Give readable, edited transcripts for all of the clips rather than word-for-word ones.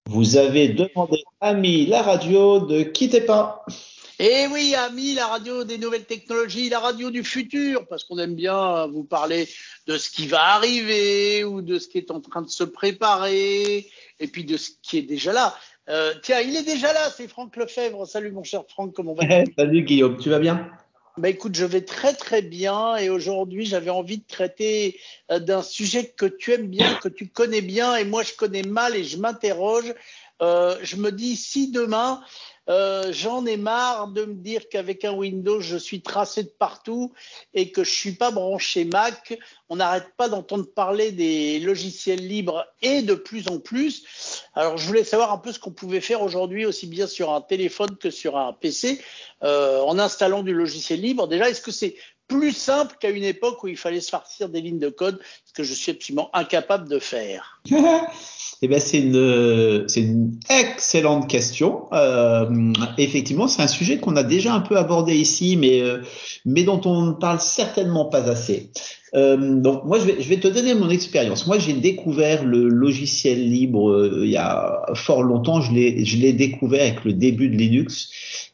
Vous avez demandé, ami, la radio, ne quittez pas. Et oui, amis, la radio des nouvelles technologies, la radio du futur, parce qu'on aime bien vous parler de ce qui va arriver ou de ce qui est en train de se préparer, et puis de ce qui est déjà là. Tiens, il est déjà là, c'est Franck Lefebvre. Salut mon cher Franck, comment vas-tu? Salut Guillaume, tu vas bien? Bah écoute, je vais très très bien et aujourd'hui j'avais envie de traiter d'un sujet que tu aimes bien, que tu connais bien et moi je connais mal et je m'interroge. Je me dis si demain j'en ai marre de me dire qu'avec un Windows je suis tracé de partout et que je suis pas branché Mac, on n'arrête pas d'entendre parler des logiciels libres et de plus en plus. Alors je voulais savoir un peu ce qu'on pouvait faire aujourd'hui aussi bien sur un téléphone que sur un PC en installant du logiciel libre. Déjà, est-ce que c'est plus simple qu'à une époque où il fallait se farcir des lignes de code, ce que je suis absolument incapable de faire? Eh ben, c'est une excellente question. Effectivement, c'est un sujet qu'on a déjà un peu abordé ici, mais dont on ne parle certainement pas assez. Donc, moi, je vais te donner mon expérience. Moi, j'ai découvert le logiciel libre il y a fort longtemps. Je l'ai découvert avec le début de Linux.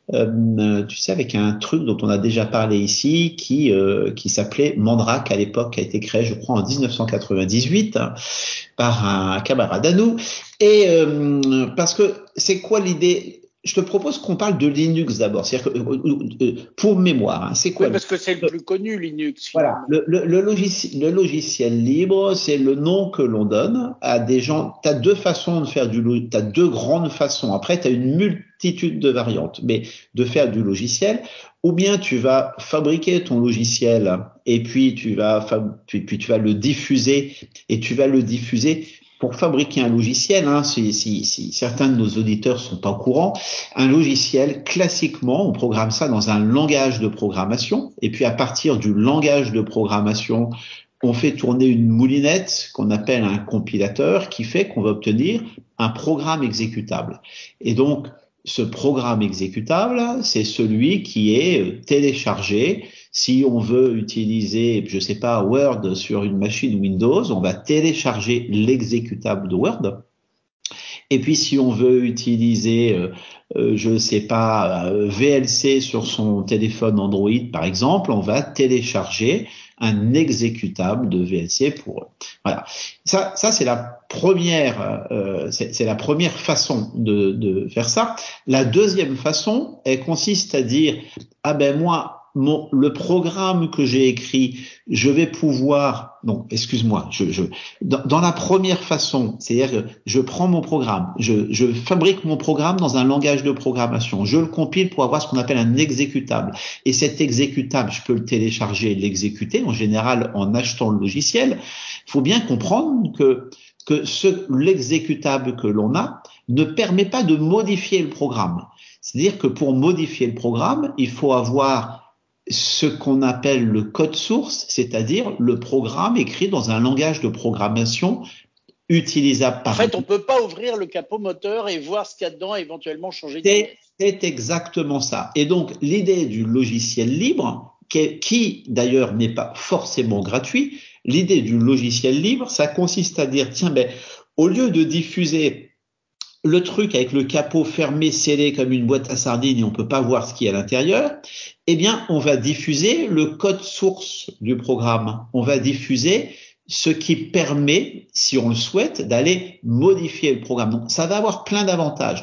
Tu sais, avec un truc dont on a déjà parlé ici, qui s'appelait Mandrake à l'époque, qui a été créé, je crois, en 1998 par un camarade à nous. Et parce que c'est quoi l'idée? Je te propose qu'on parle de Linux d'abord. C'est-à-dire que, pour mémoire, hein, c'est Oui, quoi? parce que c'est le plus connu, Linux, Voilà, finalement. le logiciel libre, c'est le nom que l'on donne à des gens. Tu as deux façons de faire tu as deux grandes façons. Après, tu as une multitude de variantes, mais de faire du logiciel, ou bien tu vas fabriquer ton logiciel et puis puis tu vas le diffuser et tu vas le diffuser pour fabriquer un logiciel. Hein, si certains de nos auditeurs sont en courant, un logiciel, classiquement, on programme ça dans un langage de programmation. Et puis à partir du langage de programmation, on fait tourner une moulinette qu'on appelle un compilateur qui fait qu'on va obtenir un programme exécutable. Et donc, ce programme exécutable, c'est celui qui est téléchargé. Si on veut utiliser, je sais pas, Word sur une machine Windows, on va télécharger l'exécutable de Word. Et puis, si on veut utiliser, je ne sais pas, VLC sur son téléphone Android, par exemple, on va télécharger un exécutable de VLC pour. Voilà. Ça c'est la première, c'est la première façon de faire ça. La deuxième façon, elle consiste à dire, ah ben moi, le programme que j'ai écrit, je vais pouvoir. Non, excuse-moi. Dans la première façon, c'est-à-dire que je prends mon programme, je fabrique mon programme dans un langage de programmation, je le compile pour avoir ce qu'on appelle un exécutable. Et cet exécutable, je peux le télécharger et l'exécuter, en général en achetant le logiciel. Il faut bien comprendre que l'exécutable que l'on a ne permet pas de modifier le programme. C'est-à-dire que pour modifier le programme, il faut avoir ce qu'on appelle le code source, c'est-à-dire le programme écrit dans un langage de programmation utilisable En par un. fait, on ne peut pas ouvrir le capot moteur et voir ce qu'il y a dedans et éventuellement changer une C'est pièce. c'est exactement ça. Et donc, l'idée du logiciel libre, qui d'ailleurs n'est pas forcément gratuit, l'idée du logiciel libre, ça consiste à dire, tiens, ben, au lieu de diffuser le truc avec le capot fermé, scellé comme une boîte à sardines et on peut pas voir ce qu'il y a à l'intérieur, eh bien, on va diffuser le code source du programme. On va diffuser ce qui permet, si on le souhaite, d'aller modifier le programme. Donc, ça va avoir plein d'avantages.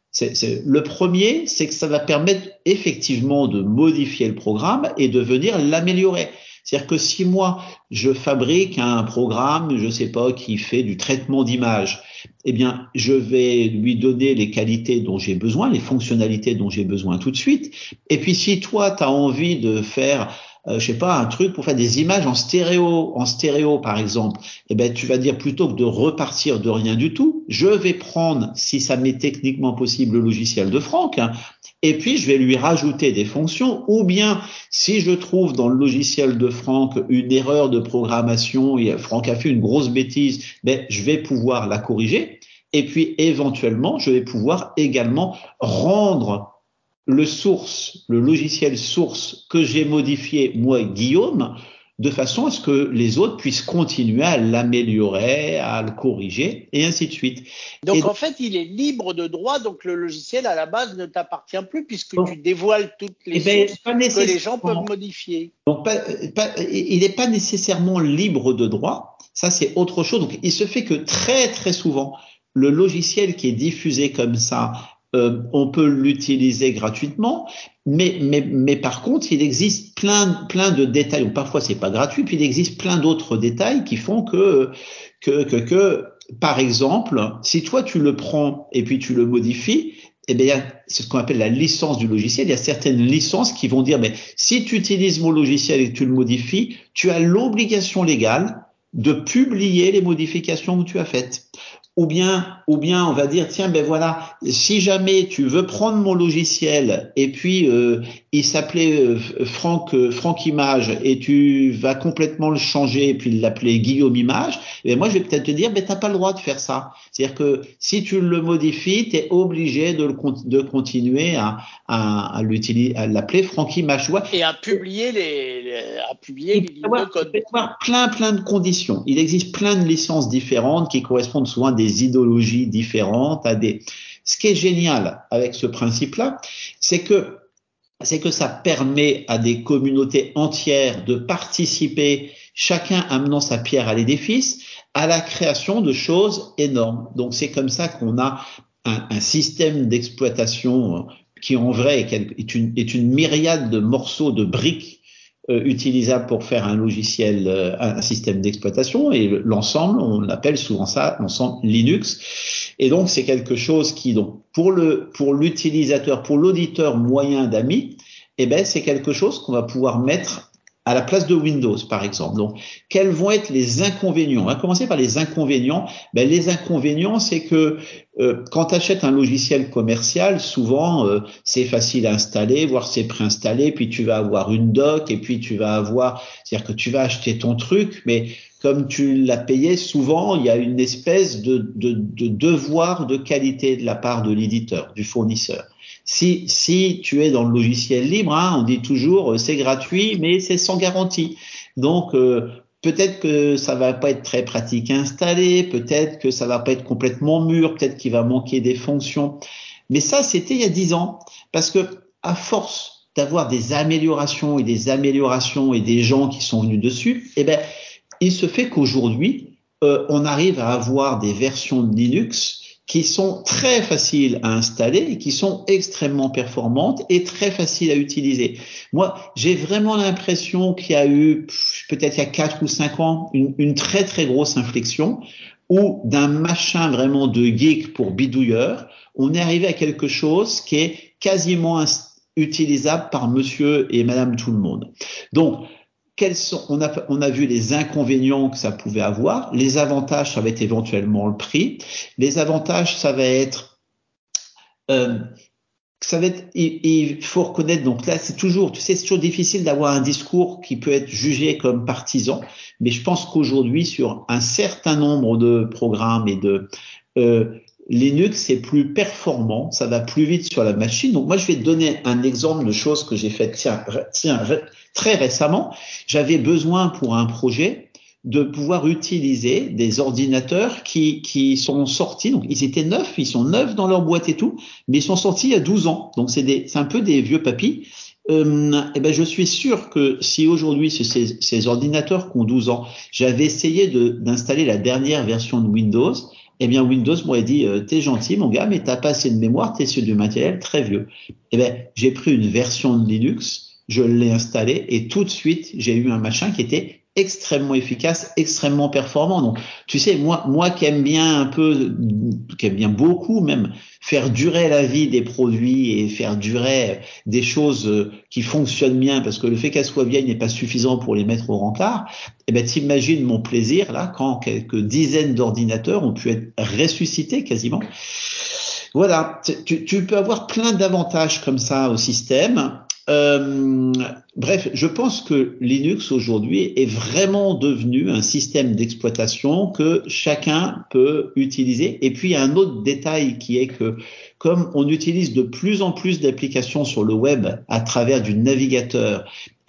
Le premier, c'est que ça va permettre effectivement de modifier le programme et de venir l'améliorer. C'est-à-dire que si moi, je fabrique un programme, je sais pas, qui fait du traitement d'image, eh bien, je vais lui donner les qualités dont j'ai besoin, les fonctionnalités dont j'ai besoin tout de suite. Et puis, si toi, tu as envie de faire, je sais pas, un truc pour faire des images en stéréo, par exemple, eh ben, tu vas dire plutôt que de repartir de rien du tout, je vais prendre, si ça m'est techniquement possible, le logiciel de Franck, hein, et puis je vais lui rajouter des fonctions, ou bien si je trouve dans le logiciel de Franck une erreur de programmation, et Franck a fait une grosse bêtise, ben, je vais pouvoir la corriger. Et puis éventuellement, je vais pouvoir également rendre le logiciel source que j'ai modifié, moi, Guillaume, de façon à ce que les autres puissent continuer à l'améliorer, à le corriger, et ainsi de suite. Donc, en fait, il est libre de droit, donc le logiciel, à la base, ne t'appartient plus puisque tu dévoiles toutes les sources que les gens peuvent modifier. Donc, il n'est pas nécessairement libre de droit. Ça, c'est autre chose. Donc, il se fait que très, très souvent, le logiciel qui est diffusé comme ça, on peut l'utiliser gratuitement, mais par contre, il existe plein de détails. Ou parfois, c'est pas gratuit. Puis il existe plein d'autres détails qui font que, par exemple, si toi tu le prends et puis tu le modifies, eh bien, c'est ce qu'on appelle la licence du logiciel. Il y a certaines licences qui vont dire, mais si tu utilises mon logiciel et que tu le modifies, tu as l'obligation légale de publier les modifications que tu as faites. Ou bien, on va dire, tiens, ben voilà, si jamais tu veux prendre mon logiciel et puis il s'appelait Franck Image et tu vas complètement le changer et puis l'appeler Guillaume Image, et moi je vais peut-être te dire, ben t'as pas le droit de faire ça. C'est-à-dire que si tu le modifies, tu es obligé de continuer à l'appeler Franck Image. Et à publier les lignes de code. Il peut y avoir plein de conditions. Il existe plein de licences différentes qui correspondent souvent à des idéologies différentes, Ce qui est génial avec ce principe-là, c'est que ça permet à des communautés entières de participer, chacun amenant sa pierre à l'édifice, à la création de choses énormes. Donc c'est comme ça qu'on a un système d'exploitation qui en vrai est une myriade de morceaux de briques utilisable pour faire un logiciel, un système d'exploitation, et l'ensemble, on appelle souvent ça l'ensemble Linux. Et donc c'est quelque chose qui, donc pour l'utilisateur, pour l'auditeur moyen d'AMI, eh ben c'est quelque chose qu'on va pouvoir mettre à la place de Windows, par exemple. Donc, quels vont être les inconvénients? On va commencer par les inconvénients. Ben, les inconvénients, c'est que quand tu achètes un logiciel commercial, souvent, c'est facile à installer, voire c'est préinstallé, puis tu vas avoir une doc, et puis c'est-à-dire que tu vas acheter ton truc, mais comme tu l'as payé, souvent, il y a une espèce de devoir de qualité de la part de l'éditeur, du fournisseur. Si tu es dans le logiciel libre, hein, on dit toujours c'est gratuit, mais c'est sans garantie. Donc peut-être que ça va pas être très pratique à installer, peut-être que ça va pas être complètement mûr, peut-être qu'il va manquer des fonctions. Mais ça, c'était il y a 10 ans, parce que à force d'avoir des améliorations et des gens qui sont venus dessus, eh ben il se fait qu'aujourd'hui, on arrive à avoir des versions de Linux qui sont très faciles à installer et qui sont extrêmement performantes et très faciles à utiliser. Moi, j'ai vraiment l'impression qu'il y a eu, peut-être il y a 4 ou 5 ans, une très très grosse inflexion où d'un machin vraiment de geek pour bidouilleur, on est arrivé à quelque chose qui est quasiment utilisable par monsieur et madame tout le monde. Donc, on a vu les inconvénients que ça pouvait avoir. Les avantages, ça va être éventuellement le prix. Les avantages, il faut reconnaître, donc là, c'est toujours difficile d'avoir un discours qui peut être jugé comme partisan, mais je pense qu'aujourd'hui, sur un certain nombre de programmes Linux est plus performant, ça va plus vite sur la machine. Donc moi, je vais te donner un exemple de choses que j'ai faites très récemment. J'avais besoin pour un projet de pouvoir utiliser des ordinateurs qui sont sortis. Donc ils sont neufs dans leur boîte et tout, mais ils sont sortis il y a 12 ans. Donc c'est un peu des vieux papis. Et ben je suis sûr que si aujourd'hui ces ordinateurs qui ont 12 ans, j'avais essayé d'installer la dernière version de Windows, eh bien Windows m'aurait dit t'es gentil mon gars, mais t'as pas assez de mémoire, t'es sur du matériel très vieux. Eh ben j'ai pris une version de Linux, je l'ai installée et tout de suite j'ai eu un machin qui était extrêmement efficace, extrêmement performant. Donc, tu sais, moi qui aime bien qui aime bien beaucoup même faire durer la vie des produits et faire durer des choses qui fonctionnent bien, parce que le fait qu'elles soient vieilles n'est pas suffisant pour les mettre au rencard. Eh ben, t'imagines mon plaisir là quand quelques dizaines d'ordinateurs ont pu être ressuscités quasiment. Voilà, tu peux avoir plein d'avantages comme ça au système. Bref, je pense que Linux aujourd'hui est vraiment devenu un système d'exploitation que chacun peut utiliser. Et puis, il y a un autre détail qui est que comme on utilise de plus en plus d'applications sur le web à travers du navigateur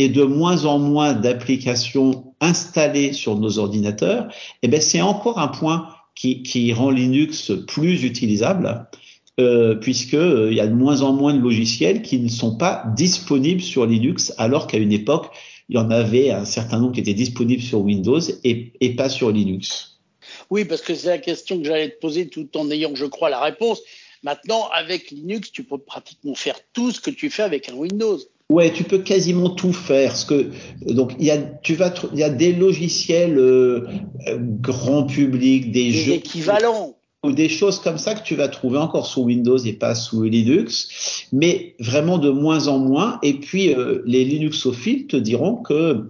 et de moins en moins d'applications installées sur nos ordinateurs, eh ben c'est encore un point qui rend Linux plus utilisable, puisque il y a de moins en moins de logiciels qui ne sont pas disponibles sur Linux, alors qu'à une époque, il y en avait un certain nombre qui étaient disponibles sur Windows et pas sur Linux. Oui, parce que c'est la question que j'allais te poser tout en ayant, je crois, la réponse. Maintenant, avec Linux, tu peux pratiquement faire tout ce que tu fais avec un Windows. Ouais, tu peux quasiment tout faire. Donc il y a des logiciels grand public, des Des jeux équivalents. ou des choses comme ça que tu vas trouver encore sous Windows et pas sous Linux, mais vraiment de moins en moins. Et puis les Linuxophiles te diront que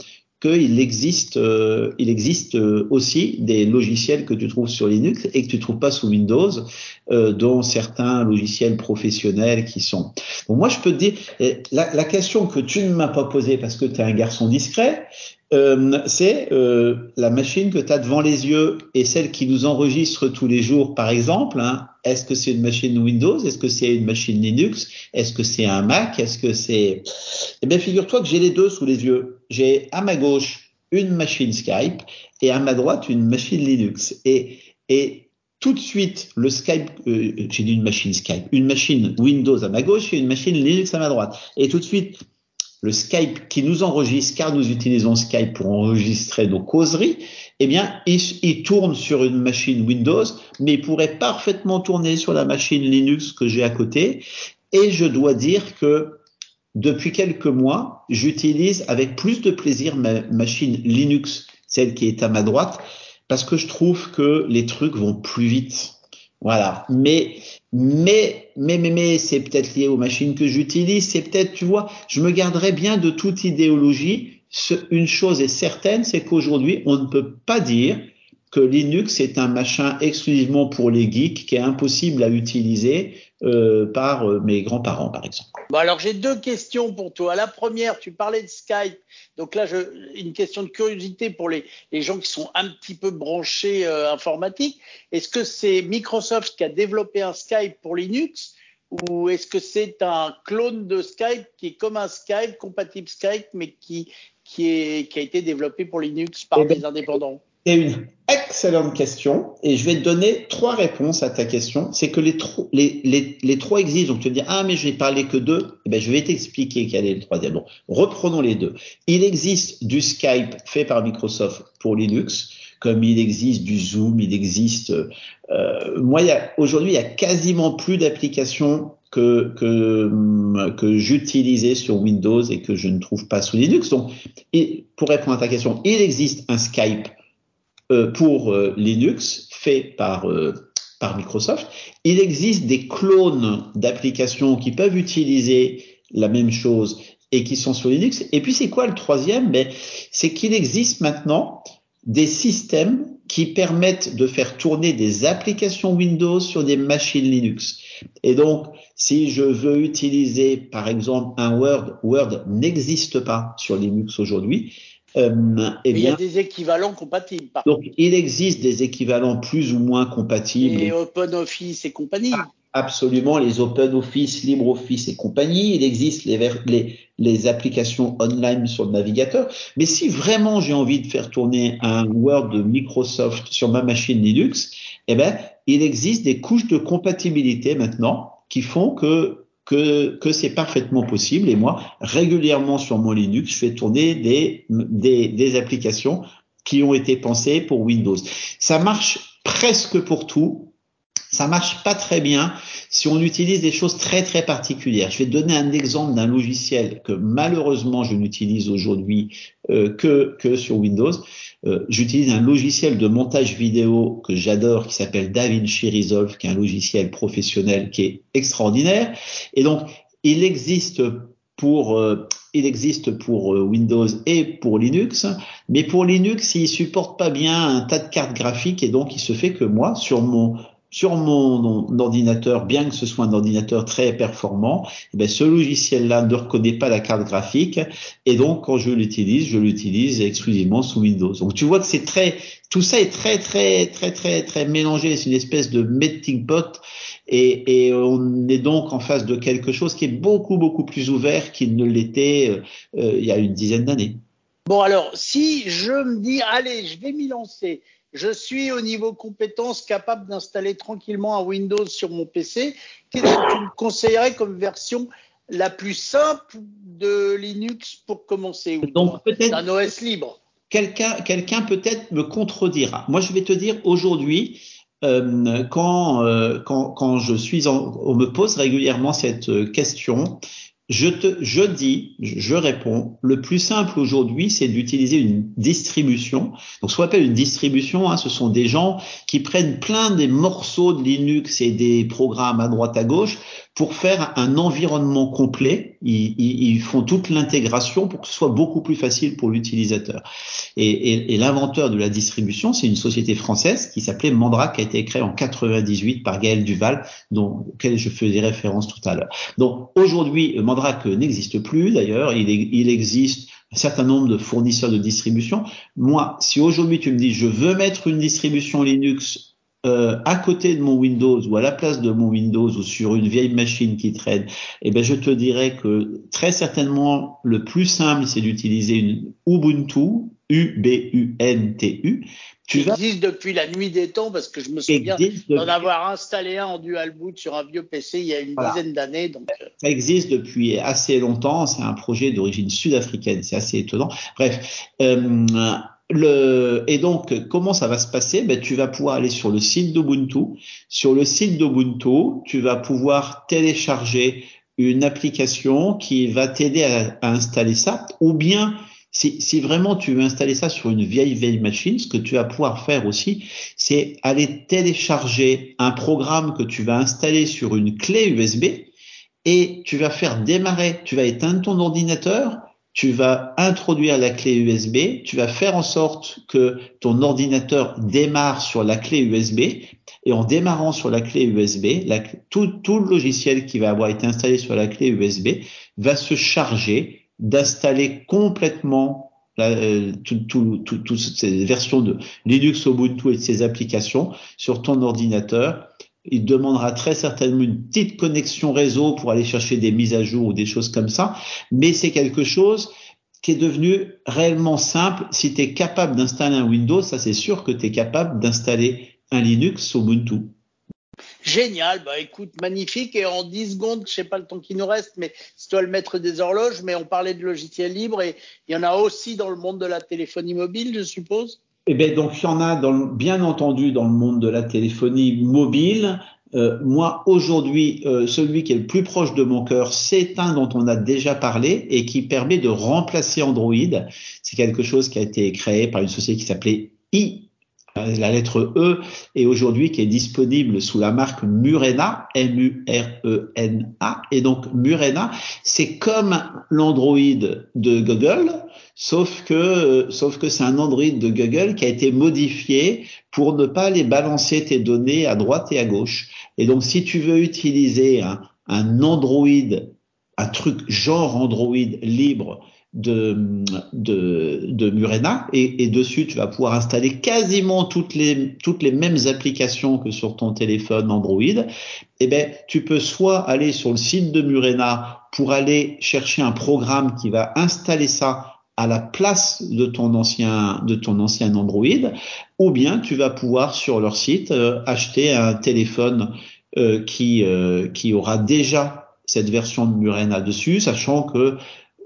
il existe aussi des logiciels que tu trouves sur Linux et que tu trouves pas sous Windows, dont certains logiciels professionnels qui sont. Bon, moi, je peux te dire, la question que tu ne m'as pas posée parce que tu es un garçon discret, c'est la machine que tu as devant les yeux et celle qui nous enregistre tous les jours, par exemple. Hein, est-ce que c'est une machine Windows? Est-ce que c'est une machine Linux? Est-ce que c'est un Mac? Est-ce que c'est... Eh bien, figure-toi que j'ai les deux sous les yeux. J'ai à ma gauche une machine Skype et à ma droite une machine Linux. Et tout de suite, le Skype, j'ai dit une machine Skype, une machine Windows à ma gauche et une machine Linux à ma droite. Et tout de suite, le Skype qui nous enregistre, car nous utilisons Skype pour enregistrer nos causeries, eh bien, il tourne sur une machine Windows, mais il pourrait parfaitement tourner sur la machine Linux que j'ai à côté. Et je dois dire que depuis quelques mois, j'utilise avec plus de plaisir ma machine Linux, celle qui est à ma droite, parce que je trouve que les trucs vont plus vite. Voilà. Mais, c'est peut-être lié aux machines que j'utilise. C'est peut-être, tu vois, je me garderai bien de toute idéologie. Une chose est certaine, c'est qu'aujourd'hui, on ne peut pas dire que Linux est un machin exclusivement pour les geeks qui est impossible à utiliser par mes grands-parents, par exemple. Bon, alors j'ai deux questions pour toi. La première, tu parlais de Skype. Donc là, une question de curiosité pour les gens qui sont un petit peu branchés informatique. Est-ce que c'est Microsoft qui a développé un Skype pour Linux ou est-ce que c'est un clone de Skype qui est comme un Skype, compatible Skype, mais qui a été développé pour Linux Eh par bien, des indépendants? c'est une excellente question et je vais te donner trois réponses à ta question. C'est que les trois existent. Donc tu vas dire, ah mais je vais parler que deux. Eh bien, je vais t'expliquer quel est le troisième. Bon, reprenons les deux. Il existe du Skype fait par Microsoft pour Linux, comme il existe du Zoom, il existe... moi, aujourd'hui, il y a quasiment plus d'applications que j'utilisais sur Windows et que je ne trouve pas sous Linux. Donc, pour répondre à ta question, il existe un Skype pour Linux fait par Microsoft. Il existe des clones d'applications qui peuvent utiliser la même chose et qui sont sur Linux. Et puis c'est quoi le troisième? Ben, c'est qu'il existe maintenant des systèmes qui permettent de faire tourner des applications Windows sur des machines Linux. Et donc, si je veux utiliser, par exemple, un Word n'existe pas sur Linux aujourd'hui. Eh Mais il y a bien, des équivalents compatibles, par donc, contre. il existe des équivalents plus ou moins compatibles. Et OpenOffice et compagnie. Absolument, les OpenOffice, LibreOffice et compagnie. Il existe les applications online sur le navigateur. Mais si vraiment j'ai envie de faire tourner un Word de Microsoft sur ma machine Linux, eh ben, il existe des couches de compatibilité maintenant qui font que c'est parfaitement possible. Et moi, régulièrement sur mon Linux, je fais tourner des applications qui ont été pensées pour Windows. Ça marche presque pour tout. Ça marche pas très bien si on utilise des choses très très particulières. Je vais te donner un exemple d'un logiciel que malheureusement je n'utilise aujourd'hui que sur Windows. J'utilise un logiciel de montage vidéo que j'adore qui s'appelle DaVinci Resolve, qui est un logiciel professionnel qui est extraordinaire. Et donc il existe pour Windows et pour Linux, mais pour Linux, il supporte pas bien un tas de cartes graphiques et donc il se fait que moi, sur mon ordinateur, bien que ce soit un ordinateur très performant, eh bien, ce logiciel-là ne reconnaît pas la carte graphique et donc quand je l'utilise exclusivement sous Windows. Donc tu vois que tout ça est très très très très très mélangé. C'est une espèce de melting pot et on est donc en face de quelque chose qui est beaucoup, beaucoup plus ouvert qu'il ne l'était il y a une dizaine d'années. Bon, alors, si je me dis, allez, je vais m'y lancer, je suis au niveau compétence capable d'installer tranquillement un Windows sur mon PC, qu'est-ce que tu me conseillerais comme version la plus simple de Linux pour commencer, ou Donc peut-être d'un OS libre? quelqu'un peut-être me contredira. Moi, je vais te dire aujourd'hui, quand on me pose régulièrement cette question, je réponds, le plus simple aujourd'hui, c'est d'utiliser une distribution. Donc, ce qu'on appelle une distribution, hein, ce sont des gens qui prennent plein des morceaux de Linux et des programmes à droite à gauche pour faire un environnement complet. Ils font toute l'intégration pour que ce soit beaucoup plus facile pour l'utilisateur. Et l'inventeur de la distribution, c'est une société française qui s'appelait Mandrake, qui a été créée en 98 par Gaël Duval, auquel je faisais référence tout à l'heure. Donc aujourd'hui, Mandrake n'existe plus. D'ailleurs, il existe un certain nombre de fournisseurs de distribution. Moi, si aujourd'hui tu me dis je veux mettre une distribution Linux à côté de mon Windows ou à la place de mon Windows ou sur une vieille machine qui traîne, eh ben je te dirais que très certainement le plus simple, c'est d'utiliser une Ubuntu, Ubuntu. Qui existe depuis la nuit des temps, parce que je me souviens d'en avoir installé un en dual boot sur un vieux PC il y a une dizaine d'années. Donc, ça existe depuis assez longtemps. C'est un projet d'origine sud-africaine. C'est assez étonnant. Bref. Et donc, comment ça va se passer? Ben, tu vas pouvoir aller sur le site d'Ubuntu. Sur le site d'Ubuntu, tu vas pouvoir télécharger une application qui va t'aider à installer ça, ou bien si vraiment tu veux installer ça sur une vieille machine, ce que tu vas pouvoir faire aussi, c'est aller télécharger un programme que tu vas installer sur une clé USB et tu vas faire démarrer, tu vas éteindre ton ordinateur, tu vas introduire la clé USB, tu vas faire en sorte que ton ordinateur démarre sur la clé USB et en démarrant sur la clé USB, tout le logiciel qui va avoir été installé sur la clé USB va se charger d'installer complètement toutes ces versions de Linux, Ubuntu et de ses applications sur ton ordinateur. Il demandera très certainement une petite connexion réseau pour aller chercher des mises à jour ou des choses comme ça, mais c'est quelque chose qui est devenu réellement simple. Si tu es capable d'installer un Windows, ça c'est sûr que tu es capable d'installer un Linux Ubuntu. Génial, bah écoute, magnifique. Et en 10 secondes, je sais pas le temps qui nous reste, mais c'est toi le maître des horloges, mais on parlait de logiciels libres et il y en a aussi dans le monde de la téléphonie mobile, je suppose. Eh bien, donc, il y en a bien entendu dans le monde de la téléphonie mobile. Moi, aujourd'hui, celui qui est le plus proche de mon cœur, c'est un dont on a déjà parlé et qui permet de remplacer Android. C'est quelque chose qui a été créé par une société qui s'appelait la lettre E, et aujourd'hui qui est disponible sous la marque Murena, Murena. Et donc Murena, c'est comme l'Android de Google, sauf que c'est un Android de Google qui a été modifié pour ne pas aller balancer tes données à droite et à gauche. Et donc si tu veux utiliser un Android, un truc genre Android libre de Murena et dessus tu vas pouvoir installer quasiment toutes les mêmes applications que sur ton téléphone Android. Eh ben tu peux soit aller sur le site de Murena pour aller chercher un programme qui va installer ça à la place de ton ancien Android, ou bien tu vas pouvoir sur leur site acheter un téléphone qui aura déjà cette version de Murena dessus, sachant que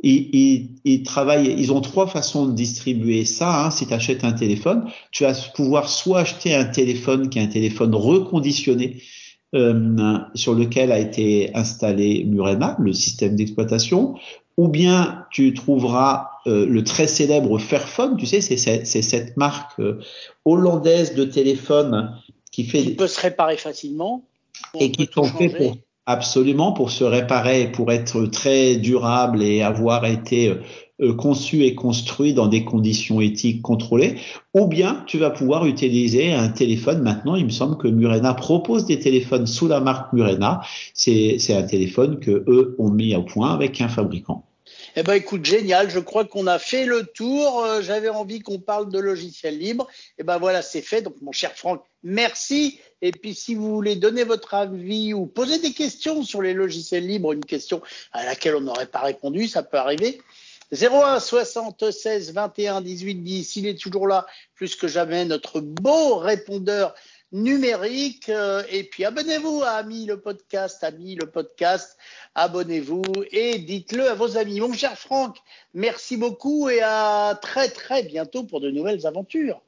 ils ont trois façons de distribuer ça. Hein. Si tu achètes un téléphone, tu vas pouvoir soit acheter un téléphone qui est un téléphone reconditionné sur lequel a été installé Murena, le système d'exploitation, ou bien tu trouveras le très célèbre Fairphone. Tu sais, c'est cette marque hollandaise de téléphone qui peut se réparer facilement et qui sont faits absolument pour se réparer, pour être très durable et avoir été conçu et construit dans des conditions éthiques contrôlées, ou bien tu vas pouvoir utiliser un téléphone. Maintenant, il me semble que Murena propose des téléphones sous la marque Murena. C'est un téléphone que eux ont mis au point avec un fabricant. Eh ben, écoute, génial. Je crois qu'on a fait le tour. J'avais envie qu'on parle de logiciels libres. Eh ben voilà, c'est fait. Donc, mon cher Franck, merci. Et puis, si vous voulez donner votre avis ou poser des questions sur les logiciels libres, une question à laquelle on n'aurait pas répondu, ça peut arriver. 01 76 21 18 10. Il est toujours là, plus que jamais, notre beau répondeur numérique. Et puis, abonnez-vous à Ami le podcast. Abonnez-vous et dites-le à vos amis. Mon cher Franck, merci beaucoup et à très très bientôt pour de nouvelles aventures.